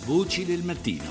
Voci del mattino.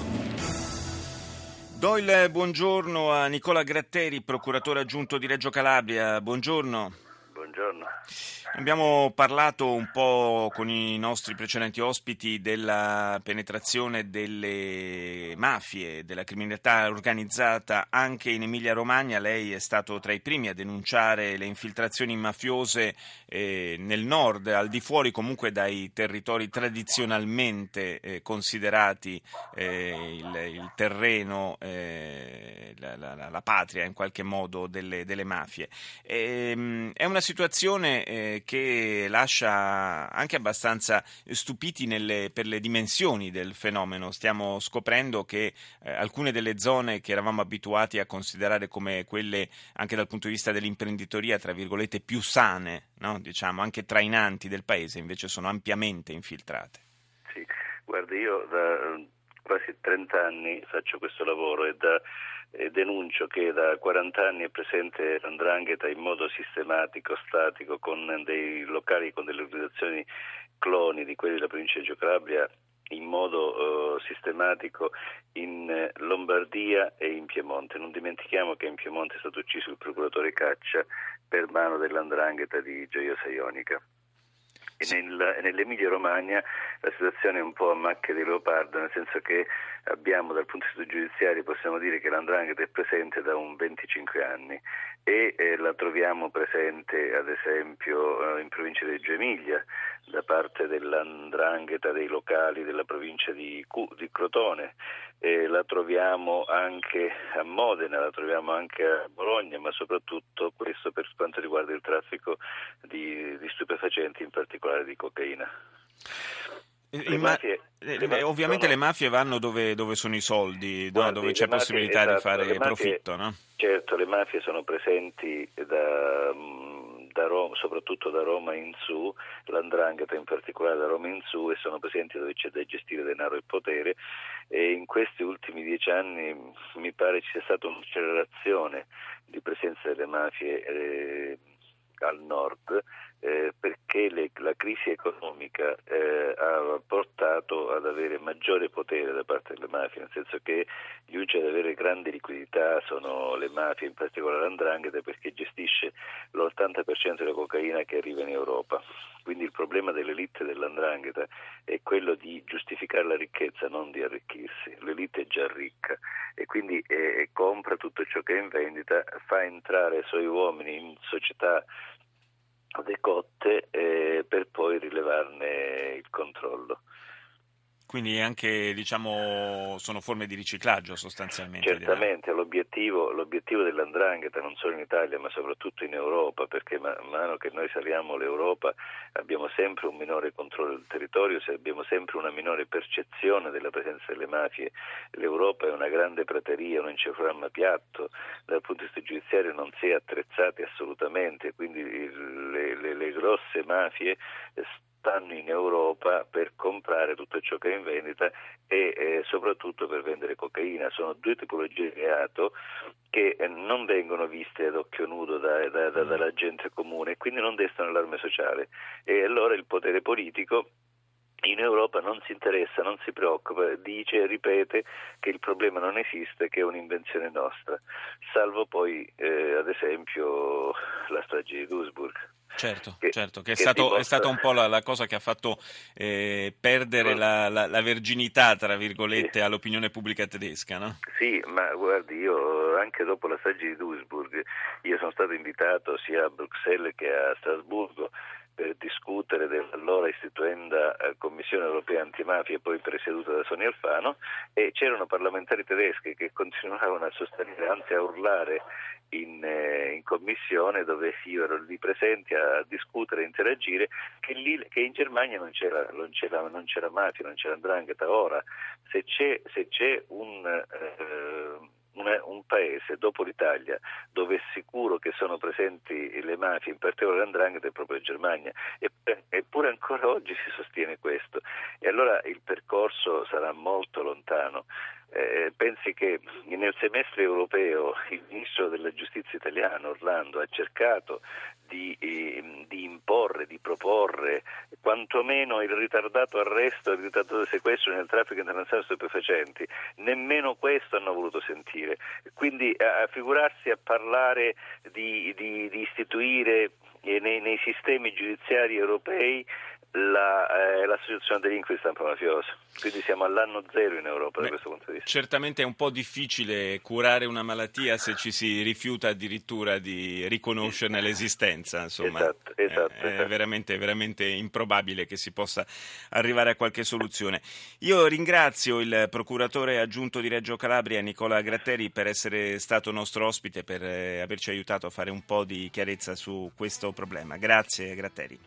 Do il buongiorno a Nicola Gratteri, procuratore aggiunto di Reggio Calabria. Buongiorno. Buongiorno. Abbiamo parlato un po' con i nostri precedenti ospiti della penetrazione delle mafie, della criminalità organizzata anche in Emilia-Romagna. Lei è stato tra i primi a denunciare le infiltrazioni mafiose nel nord, al di fuori comunque dai territori tradizionalmente considerati il terreno, la patria in qualche modo delle mafie. È una situazione che lascia anche abbastanza stupiti per le dimensioni del fenomeno. Stiamo scoprendo che alcune delle zone che eravamo abituati a considerare come quelle, anche dal punto di vista dell'imprenditoria, tra virgolette, più sane, no? Diciamo, anche trainanti del paese, invece sono ampiamente infiltrate. Sì, guardi, io da quasi 30 anni faccio questo lavoro e denuncio che da 40 anni è presente l''ndrangheta in modo sistematico, statico, con dei locali, con delle organizzazioni cloni di quelli della provincia di Reggio Calabria, in modo sistematico in Lombardia e in Piemonte. Non dimentichiamo che in Piemonte è stato ucciso il procuratore Caccia per mano dell''ndrangheta di Gioiosa Ionica. E nell'Emilia Romagna la situazione è un po' a macchia di leopardo, nel senso che abbiamo, dal punto di vista giudiziario, possiamo dire che l''ndrangheta è presente da un 25 anni e la troviamo presente ad esempio in provincia di Reggio Emilia da parte dell''ndrangheta dei locali della provincia di Crotone, la troviamo anche a Modena, la troviamo anche a Bologna, ma soprattutto questo per quanto riguarda il traffico di stupefacenti, in particolare di cocaina. Ovviamente le mafie vanno dove sono i soldi, no? Dove c'è possibilità di fare profitto, no? Certo, le mafie sono presenti da Roma, soprattutto da Roma in su, l''ndrangheta in particolare da Roma in su, e sono presenti dove c'è da gestire denaro e potere, e in questi ultimi 10 anni mi pare ci sia stata un'accelerazione di presenza delle mafie al nord, perché la crisi economica ha portato ad avere maggiore potere da parte delle mafie, nel senso che gli unici ad avere grande liquidità sono le mafie, in particolare l''ndrangheta, perché gestisce l'80% della cocaina che arriva in Europa. Quindi il problema dell'elite dell''ndrangheta è quello di giustificare la ricchezza, non di arricchirsi. L'elite è già ricca e quindi compra tutto ciò che è in vendita, fa entrare i suoi uomini in società decotte per poi rilevarne il controllo. Quindi anche, diciamo, sono forme di riciclaggio sostanzialmente. Certamente, l'obiettivo dell''ndrangheta non solo in Italia ma soprattutto in Europa, perché man mano che noi saliamo l'Europa abbiamo sempre un minore controllo del territorio, abbiamo sempre una minore percezione della presenza delle mafie. L'Europa è una grande prateria, un encefalogramma piatto, dal punto di vista giudiziario non si è attrezzati assolutamente, quindi le grosse mafie stanno in Europa per comprare tutto ciò che è in vendita e soprattutto per vendere cocaina. Sono due tipologie di reato che non vengono viste ad occhio nudo dalla gente comune e quindi non destano allarme sociale, e allora il potere politico in Europa non si interessa, non si preoccupa, dice, ripete che il problema non esiste, che è un'invenzione nostra, salvo poi ad esempio la strage di Duisburg. Certo, che è stata un po' la cosa che ha fatto perdere la verginità, tra virgolette, sì, all'opinione pubblica tedesca, no? Sì, ma guardi, io anche dopo la strage di Duisburg, io sono stato invitato sia a Bruxelles che a Strasburgo per discutere dell'allora istituenda Commissione Europea Antimafia, poi presieduta da Sonia Alfano, e c'erano parlamentari tedeschi che continuavano a sostenere, anzi a urlare in commissione, dove io ero lì presenti a discutere e interagire, che in Germania non c'era mafia, non c'era 'ndrangheta. Ora, se c'è un paese dopo l'Italia dove è sicuro che sono presenti le mafie, in particolare l''ndrangheta, è proprio la Germania, eppure ancora oggi si sostiene questo, e allora il percorso sarà molto lontano. Pensi che nel semestre europeo il ministro della giustizia italiano Orlando ha cercato di imporre, di proporre quantomeno il ritardato arresto e il ritardato sequestro nel traffico internazionale di stupefacenti. Nemmeno questo hanno voluto sentire. Quindi a figurarsi a parlare di istituire nei sistemi giudiziari europei l'associazione delinquenti di stampo mafioso. Quindi siamo all'anno zero in Europa da questo punto di vista. Certamente è un po' difficile curare una malattia se ci si rifiuta addirittura di riconoscerne l'esistenza, insomma. Esatto. È veramente, veramente improbabile che si possa arrivare a qualche soluzione. Io ringrazio il procuratore aggiunto di Reggio Calabria, Nicola Gratteri, per essere stato nostro ospite, per averci aiutato a fare un po' di chiarezza su questo problema. Grazie, Gratteri.